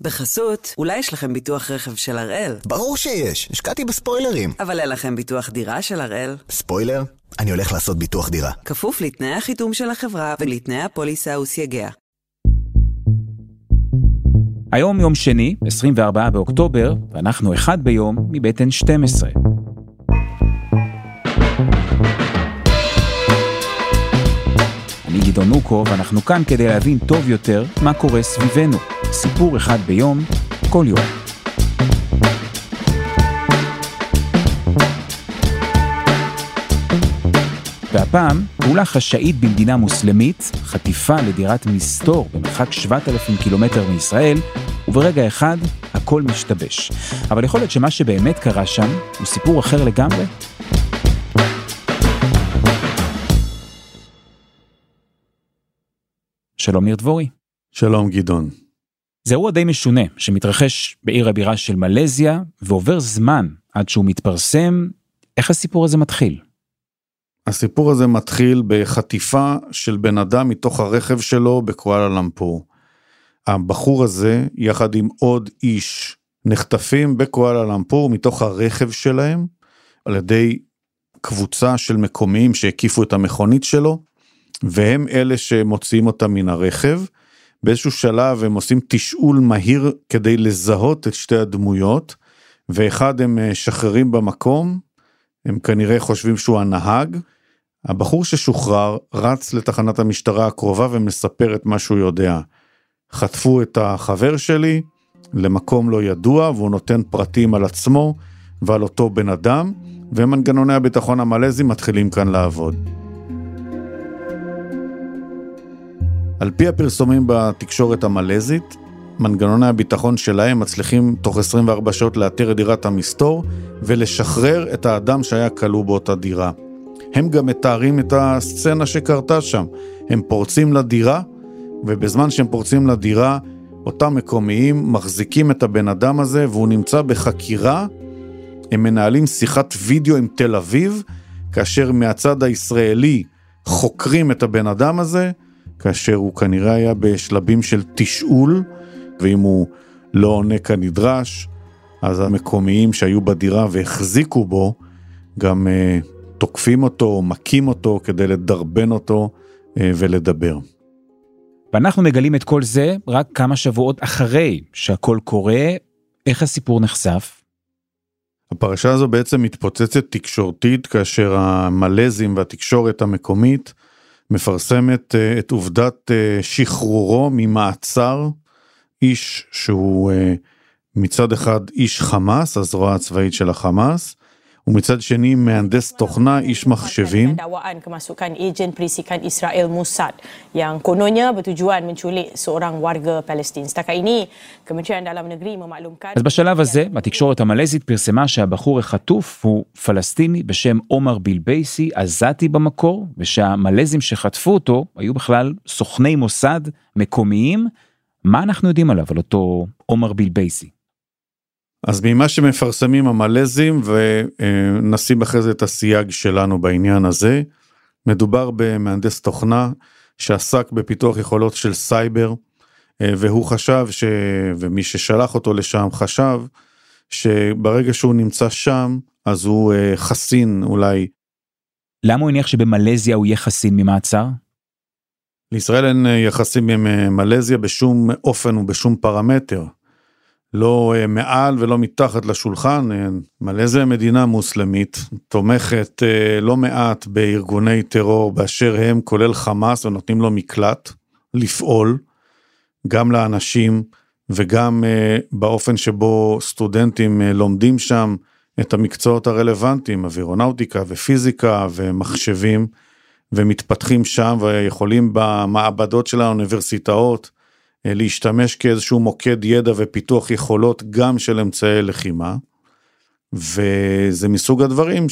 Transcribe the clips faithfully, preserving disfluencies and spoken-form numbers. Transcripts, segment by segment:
בחסות, אולי יש לכם ביטוח רכב של הראל? ברור שיש, השקעתי בספוילרים. אבל אין לכם ביטוח דירה של הראל? ספוילר? אני הולך לעשות ביטוח דירה. כפוף לתנאי החיתום של החברה ולתנאי הפוליסה וסייגיה. היום יום שני, עשרים וארבעה באוקטובר, ואנחנו אחד ביום מבטן שתים עשרה. אני גדעון נוקו, ואנחנו כאן כדי להבין טוב יותר מה קורה סביבנו. סיפור אחד ביום, כל יום. והפעם, פעולה חשאית במדינה מוסלמית, חטיפה לדירת מסתור במרחק שבעת אלפים קילומטר מישראל, וברגע אחד הכל משתבש. אבל יכול להיות שמה שבאמת קרה שם הוא סיפור אחר לגמרי. שלום ניר דבורי. שלום גדעון. זה אירוע די משונה שמתרחש בעיר הבירה של מלזיה, ועובר זמן עד שהוא מתפרסם. איך הסיפור הזה מתחיל? הסיפור הזה מתחיל בחטיפה של בן אדם מתוך הרכב שלו בקואלה-לומפור. הבחור הזה, יחד עם עוד איש, נחטפים בקואלה-לומפור מתוך הרכב שלהם, על ידי קבוצה של מקומיים שהקיפו את המכונית שלו, והם אלה שמוציאים אותם מן הרכב. באיזשהו שלב הם עושים תשאול מהיר כדי לזהות את שתי הדמויות, ואחד הם שחררים במקום, הם כנראה חושבים שהוא הנהג. הבחור ששוחרר רץ לתחנת המשטרה הקרובה ומספר את מה שהוא יודע. חטפו את החבר שלי למקום לא ידוע, והוא נותן פרטים על עצמו ועל אותו בן אדם, ומנגנוני הביטחון המלזים מתחילים כאן לעבוד. על פי הפרסומים בתקשורת המלזית, מנגנוני הביטחון שלהם מצליחים תוך עשרים וארבע שעות לאתר את דירת המסתור, ולשחרר את האדם שהיה כלוא באותה דירה. הם גם מתארים את הסצנה שקרתה שם. הם פורצים לדירה, ובזמן שהם פורצים לדירה, אותם מקומיים מחזיקים את הבן אדם הזה, והוא נמצא בחקירה. הם מנהלים שיחת וידאו עם תל אביב, כאשר מהצד הישראלי חוקרים את הבן אדם הזה, כאשר הוא כנראה היה בשלבים של תשאול, ואם הוא לא עונה כנדרש, אז המקומיים שהיו בדירה והחזיקו בו, גם uh, תוקפים אותו, מכים אותו, כדי לדרבן אותו uh, ולדבר. ואנחנו מגלים את כל זה רק כמה שבועות אחרי שהכל קורה. איך הסיפור נחשף? הפרשה הזו בעצם מתפוצצת תקשורתית, כאשר המלזים והתקשורת המקומית מפרסמת uh, את עובדת uh, שחרורו ממעצר, איש שהוא uh, מצד אחד איש חמאס, הזרוע הצבאית של החמאס, ומצד שני מהנדס תוכנה, איש מחשבים. Dakwaan kemasukan ejen perisikan Israel Mossad yang kononnya bertujuan menculik seorang warga Palestin. Setakat ini, Kementerian Dalam Negeri memaklumkan... אז בשלב הזה, התקשורת המלזית פרסמה שהבחור החטוף הוא פלסטיני בשם עומר בילבייסי, עזתי במקור, ושהמלזים שחטפו אותו היו בכלל סוכני מוסד מקומיים. מה אנחנו יודעים עליו, על אותו עומר בילבייסי? אז ממה שמפרסמים המלזים, ונשים אחרי זה את הסייג שלנו בעניין הזה, מדובר במהנדס תוכנה שעסק בפיתוח יכולות של סייבר, והוא חשב, ש... ומי ששלח אותו לשם חשב, שברגע שהוא נמצא שם, אז הוא חסין אולי. למה הוא הניח שבמלזיה הוא יהיה חסין ממעצר? לישראל אין יחסים עם מלזיה בשום אופן ובשום פרמטר. לא מעל ולא מתחת לשולחן. מלזיה מדינה מוסלמית, תומכת לא מעט בארגוני טרור באשר הם, כולל חמאס, ונותנים לו מקלט לפעול, גם לאנשים, וגם באופן שבו סטודנטים לומדים שם את המקצועות הרלוונטיים, אווירונאוטיקה ופיזיקה ומחשבים, ומתפתחים שם ויכולים במעבדות של האוניברסיטאות, להשתמש כאיזשהו מוקד ידע ופיתוח יכולות גם של אמצעי לחימה, וזה מסוג הדברים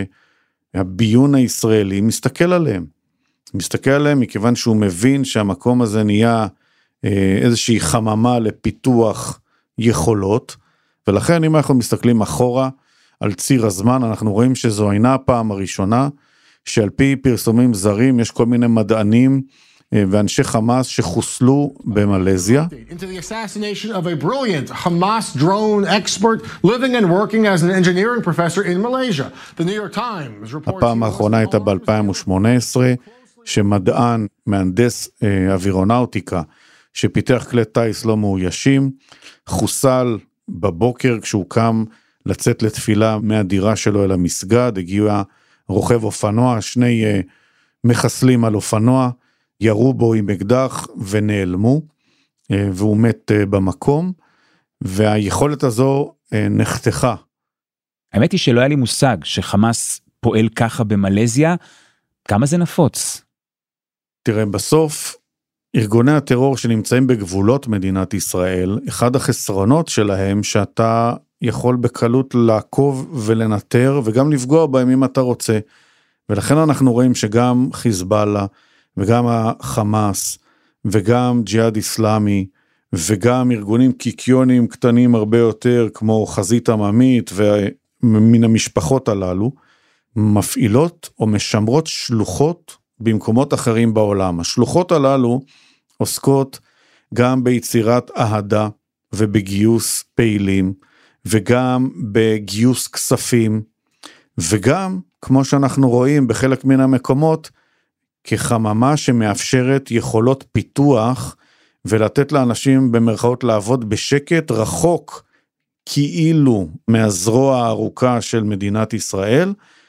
שהביון הישראלי מסתכל עליהם, מסתכל עליהם מכיוון שהוא מבין שהמקום הזה נהיה איזושהי חממה לפיתוח יכולות, ולכן אם אנחנו מסתכלים אחורה על ציר הזמן, אנחנו רואים שזו אינה הפעם הראשונה, שעל פי פרסומים זרים יש כל מיני מדענים ואנשי חמאס שחוסלו במלזיה. Into the assassination of a brilliant Hamas drone expert living and working as an engineering professor in Malaysia. The New York Times reports... הפעם האחרונה הייתה ב-אלפיים שמונה עשרה, שמדען, מהנדס אווירונאוטיקה, שפיתח כלי טייס לא מאוישים, חוסל בבוקר כשהוא קם לצאת לתפילה מהדירה שלו אל המסגד, הגיע רוכב אופנוע, שני מחסלים על אופנוע, ירו בו עם אקדח ונעלמו, והוא מת במקום, והיכולת הזו נחתכה. האמת היא שלא היה לי מושג שחמאס פועל ככה במלזיה, כמה זה נפוץ? תראה, בסוף, ארגוני הטרור שנמצאים בגבולות מדינת ישראל, אחד החסרונות שלהם שאתה יכול בקלות לעקוב ולנטר, וגם לפגוע בהם אם אתה רוצה, ולכן אנחנו רואים שגם חיזבאללה, וגם החמאס, וגם ג'יהאד איסלאמי, וגם ארגונים קיקיונים קטנים הרבה יותר, כמו חזית עממית, ומן המשפחות הללו, מפעילות או משמרות שלוחות במקומות אחרים בעולם. השלוחות הללו עוסקות גם ביצירת אהדה, ובגיוס פעילים, וגם בגיוס כספים, וגם, כמו שאנחנו רואים בחלק מן המקומות, כחממה שמאפשרת יכולות פיתוח, ולתת לאנשים במרכאות לעבוד בשקט, רחוק כאילו מהזרוע הארוכה של מדינת ישראל,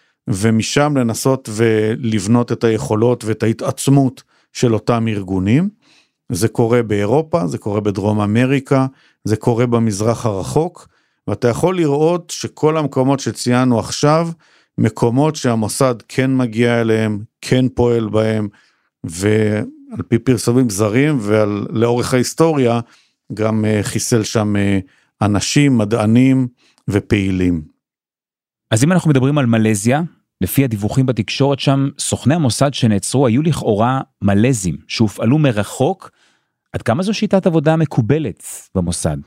ומשם לנסות ולבנות את היכולות ואת ההתעצמות של אותם ארגונים. זה קורה באירופה, זה קורה בדרום אמריקה, זה קורה במזרח הרחוק, ואתה יכול לראות שכל המקומות שציינו עכשיו, מקומות שהמוסד כן מגיע אליהם, כן פועל בהם, ועל פי פרסומים זרים, ולאורך ההיסטוריה, גם חיסל שם אנשים, מדענים ופעילים. אז אם אנחנו מדברים על מלזיה, לפי הדיווחים בתקשורת שם, סוכני המוסד שנעצרו היו לכאורה מלזים, שהופעלו מרחוק. עד כמה זו שיטת עבודה מקובלת במוסד?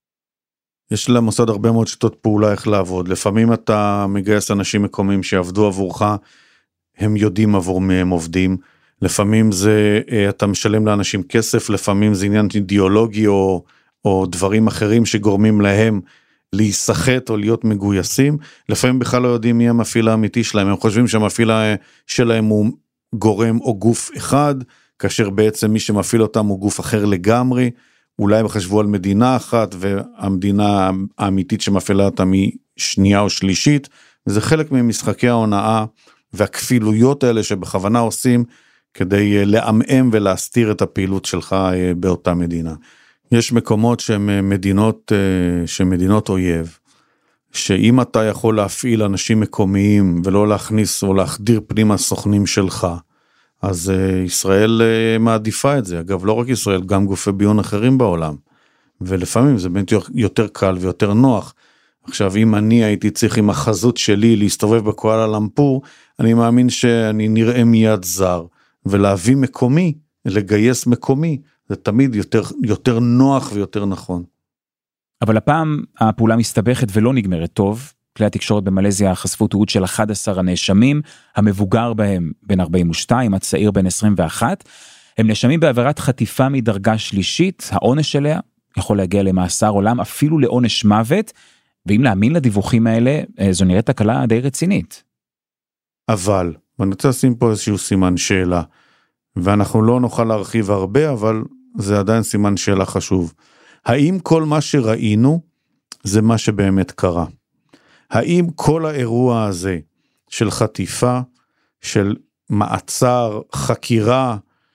יש למוסד הרבה מאוד שיטות פעולה איך לעבוד. לפעמים אתה מגייס אנשים מקומיים שיעבדו עבורך, הם יודעים עבור מי הם עובדים. לפעמים זה, אתה משלם לאנשים כסף, לפעמים זה עניין אידיאולוגי או, או דברים אחרים שגורמים להם להיסחט או להיות מגויסים. לפעמים בכלל לא יודעים מי המפעיל האמיתי שלהם. הם חושבים שהמפעיל שלהם הוא גורם או גוף אחד, כאשר בעצם מי שמפעיל אותם הוא גוף אחר לגמרי. אולי הם חשבו על מדינה אחת, והמדינה האמיתית שמפעילה אותם היא שנייה או שלישית, וזה חלק ממשחקי ההונאה, והכפילויות האלה שבכוונה עושים, כדי לעמעם ולהסתיר את הפעילות שלך באותה מדינה. יש מקומות שהן מדינות, שמדינות אויב, שאם אתה יכול להפעיל אנשים מקומיים, ולא להכניס או להחדיר פנימה סוכנים שלך, אז ישראל מעדיפה את זה. אגב, לא רק ישראל, גם גופי ביון אחרים בעולם. ולפעמים זה באמת יותר קל ויותר נוח. עכשיו, אם אני הייתי צריך עם החזות שלי להסתובב בקואלה למפור, אני מאמין שאני נראה מיד זר. ולהביא מקומי, לגייס מקומי, זה תמיד יותר, יותר נוח ויותר נכון. אבל הפעם הפעולה מסתבכת ולא נגמרת טוב. כלי התקשורת במלזיה חשפו תיעוד של אחד עשר הנאשמים, המבוגר בהם בין ארבעים ושתיים, הצעיר בין עשרים ואחת. הם נאשמים בעבירת חטיפה מדרגה שלישית, העונש אליה יכול להגיע למאסר עולם, אפילו לעונש מוות, ואם להאמין לדיווחים האלה, זו נראית תקלה די רצינית. אבל, ואני רוצה לשים פה איזשהו סימן שאלה, ואנחנו לא נוכל להרחיב הרבה, אבל זה עדיין סימן שאלה חשוב. האם כל מה שראינו, זה מה שבאמת קרה? האם כל האירוע הזה של חטיפה, של מעצר, חקירה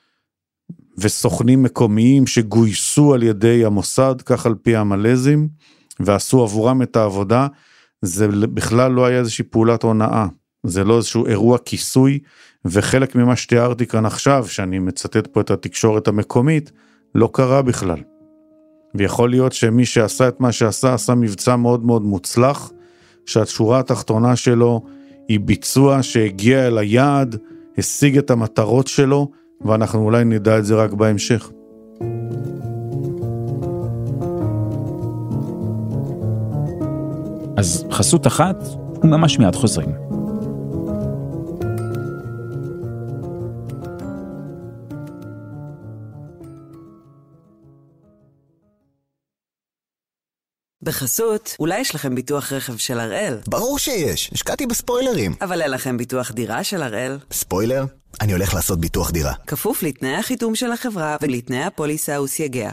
וסוכנים מקומיים שגויסו על ידי המוסד, כך על פי המלזים, ועשו עבורם את העבודה, זה בכלל לא היה איזושהי פעולת הונאה, זה לא איזשהו אירוע כיסוי, וחלק ממה שתיארתי כאן עכשיו, שאני מצטט פה את התקשורת המקומית, לא קרה בכלל. ויכול להיות שמי שעשה את מה שעשה, עשה מבצע מאוד מאוד מוצלח, שהשורה התחתונה שלו היא ביצוע שהגיע אל היעד, השיג את המטרות שלו, ואנחנו אולי נדע את זה רק בהמשך. אז חסות אחת, וממש מיד חוזרים. בחסות, אולי יש לכם ביטוח רכב של הראל. ברור שיש, השקעתי בספוילרים. אבל אין לכם ביטוח דירה של הראל. ספוילר? אני הולך לעשות ביטוח דירה. כפוף לתנאי החיתום של החברה ולתנאי הפוליסה וסייגיה.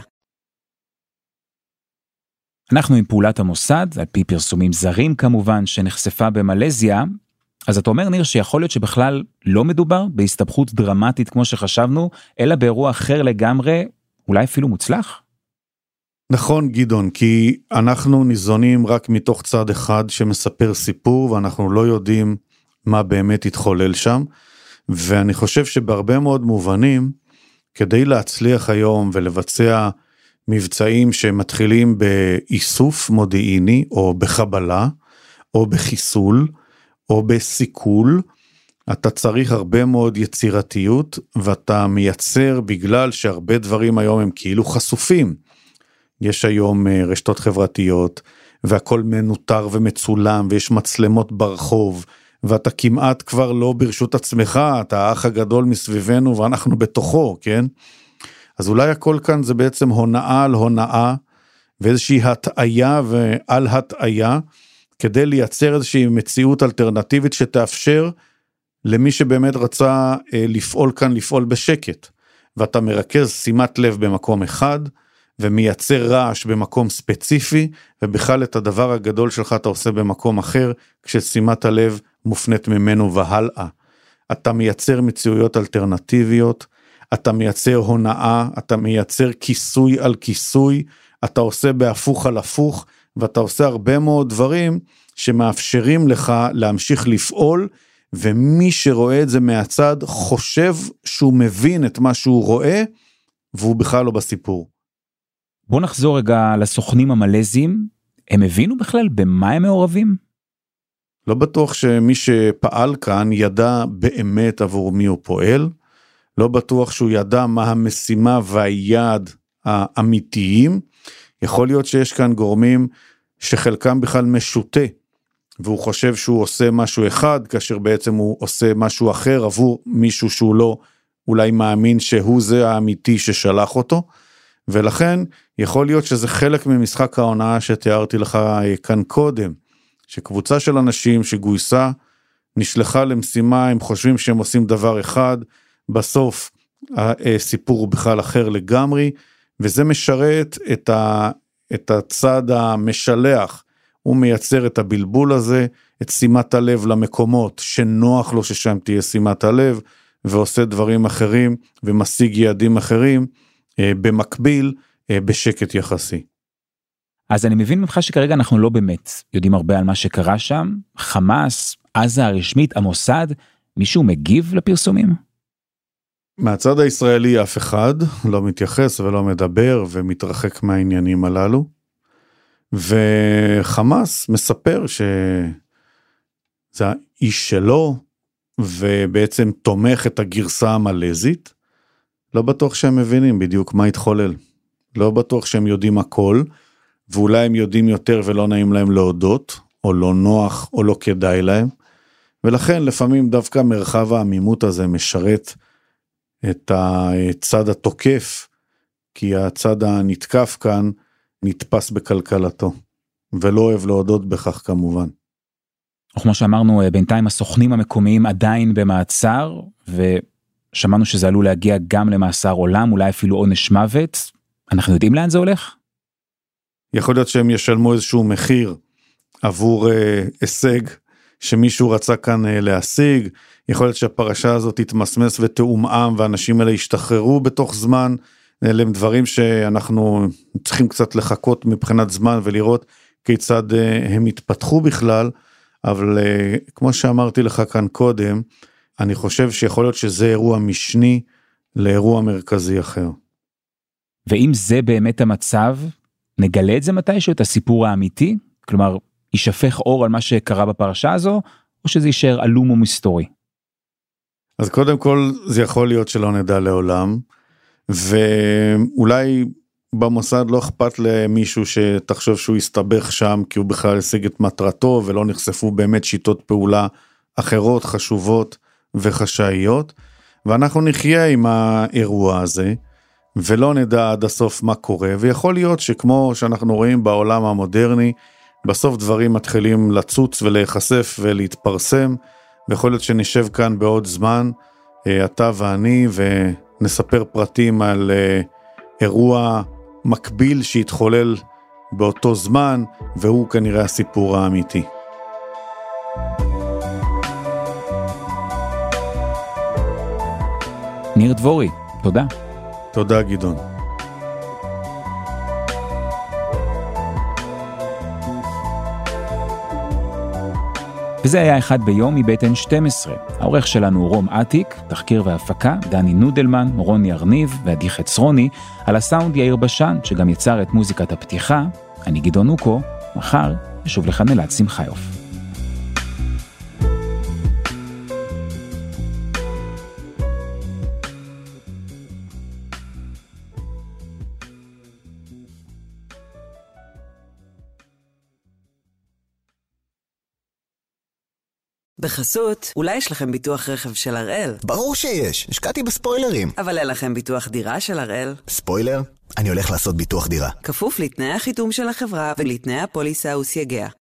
אנחנו עם פעולת המוסד, על פי פרסומים זרים כמובן, שנחשפה במלזיה. אז אתה אומר, ניר, שיכול להיות שבכלל לא מדובר בהסתבכות דרמטית כמו שחשבנו, אלא באירוע אחר לגמרי, אולי אפילו מוצלח? נכון גדעון, כי אנחנו ניזונים רק מתוך צד אחד שמספר סיפור, ואנחנו לא יודעים מה באמת התחולל שם, ואני חושב שבהרבה מאוד מובנים, כדי להצליח היום ולבצע מבצעים שמתחילים באיסוף מודיעיני, או בחבלה, או בחיסול, או בסיכול, אתה צריך הרבה מאוד יצירתיות, ואתה מייצר בגלל שהרבה דברים היום הם כאילו חשופים. יש היום רשתות חברתיות, והכל מנותר ומצולם, ויש מצלמות ברחוב, ואתה כמעט כבר לא ברשות עצמך, אתה האח הגדול מסביבנו, ואנחנו בתוכו, כן? אז אולי הכל כאן זה בעצם הונאה על הונאה, ואיזושהי הטעיה ועל הטעיה, כדי לייצר איזושהי מציאות אלטרנטיבית שתאפשר למי שבאמת רצה לפעול כאן, לפעול בשקט. ואתה מרכז שימת לב במקום אחד, ומייצר רעש במקום ספציפי, ובכלל את הדבר הגדול שלך אתה עושה במקום אחר, כששימת הלב מופנית ממנו והלאה. אתה מייצר מציאויות אלטרנטיביות, אתה מייצר הונאה, אתה מייצר כיסוי על כיסוי, אתה עושה בהפוך על הפוך, ואתה עושה הרבה מאוד דברים שמאפשרים לך להמשיך לפעול, ומי שרואה את זה מהצד חושב שהוא מבין את מה שהוא רואה, והוא בכלל לא בסיפור. בוא נחזור רגע לסוכנים המלזים, הם הבינו בכלל במה הם מעורבים? לא בטוח שמי שפעל כאן ידע באמת עבור מי הוא פועל, לא בטוח שהוא ידע מה המשימה והיעד האמיתיים, יכול להיות שיש כאן גורמים שחלקם בכלל משוטה, והוא חושב שהוא עושה משהו אחד, כאשר בעצם הוא עושה משהו אחר עבור מישהו שהוא לא אולי מאמין שהוא זה האמיתי ששלח אותו, ולכן יכול להיות שזה חלק ממשחק ההונאה שתיארתי לך כאן קודם, שקבוצה של אנשים שגויסה, נשלחה למשימה, הם חושבים שהם עושים דבר אחד, בסוף הסיפור הוא בכלל אחר לגמרי, וזה משרת את, ה, את הצד המשלח, הוא מייצר את הבלבול הזה, את שימת הלב למקומות שנוח לו ששם תהיה שימת הלב, ועושה דברים אחרים, ומשיג יעדים אחרים, במקביל, בשקט יחסי. אז אני מבין ממך שכרגע אנחנו לא באמת יודעים הרבה על מה שקרה שם, חמאס, עזה הרשמית, המוסד, מישהו מגיב לפרסומים? מהצד הישראלי אף אחד לא מתייחס ולא מדבר ומתרחק מהעניינים הללו, וחמאס מספר שזה האיש שלו, ובעצם תומך את הגרסה המלזית, לא בטוח שהם מבינים בדיוק מה התחולל, לא בטוח שהם יודעים הכל, ואולי הם יודעים יותר ולא נעים להם להודות, או לא נוח או לא כדאי להם, ולכן לפעמים דווקא מרחב העמימות הזה משרת את הצד התוקף, כי הצד הנתקף כאן נתפס בכלכלתו, ולא אוהב להודות בכך כמובן. כמו שאמרנו, בינתיים הסוכנים המקומיים עדיין במעצר, ושמענו שזה עלול להגיע גם למאסר עולם, אולי אפילו עונש מוות. אנחנו יודעים לאן זה הולך? יכול להיות שהם ישלמו איזשהו מחיר עבור אה, הישג שמישהו רצה כאן אה, להשיג, יכול להיות שהפרשה הזאת תתמסמס ותאומם, ואנשים האלה ישתחררו בתוך זמן, אלה הם דברים שאנחנו צריכים קצת לחכות מבחינת זמן, ולראות כיצד אה, הם יתפתחו בכלל, אבל אה, כמו שאמרתי לך כאן קודם, אני חושב שיכול להיות שזה אירוע משני, לאירוע מרכזי אחר. ואם זה באמת המצב, נגלה את זה מתישהו, את הסיפור האמיתי? כלומר, יישפך אור על מה שקרה בפרשה הזו, או שזה יישאר עלום ומסתורי? אז קודם כל, זה יכול להיות שלא נדע לעולם, ואולי במוסד לא אכפת למישהו שתחשוב שהוא יסתבך שם, כי הוא בכלל השיג את מטרתו, ולא נחשפו באמת שיטות פעולה אחרות, חשובות וחשאיות, ואנחנו נחיה עם האירוע הזה, ולא נדע עד הסוף מה קורה, ויכול להיות שכמו שאנחנו רואים בעולם המודרני, בסוף דברים מתחילים לצוץ ולהיחשף ולהתפרסם, ויכול להיות שנשב כאן בעוד זמן, אתה ואני, ונספר פרטים על אירוע מקביל שהתחולל באותו זמן, והוא כנראה הסיפור האמיתי. ניר דבורי, תודה. תודה גדעון. וזה היה אחד ביום מבית אן שתים עשרה. העורך שלנו רום עתיק, תחקיר והפקה, דני נודלמן, רוני ארניב ועדי חצרוני, על הסאונד יאיר בשן, שגם יצר את מוזיקת הפתיחה. אני גדעון אוקו, מחר נשוב לכאן אלעד שמחיוף. בחסות, אולי יש לכם ביטוח רכב של הראל? ברור שיש, השקעתי בספוילרים. אבל אין לכם ביטוח דירה של הראל? ספוילר? אני הולך לעשות ביטוח דירה. כפוף לתנאי החיתום של החברה ולתנאי הפוליסה וסייגיה.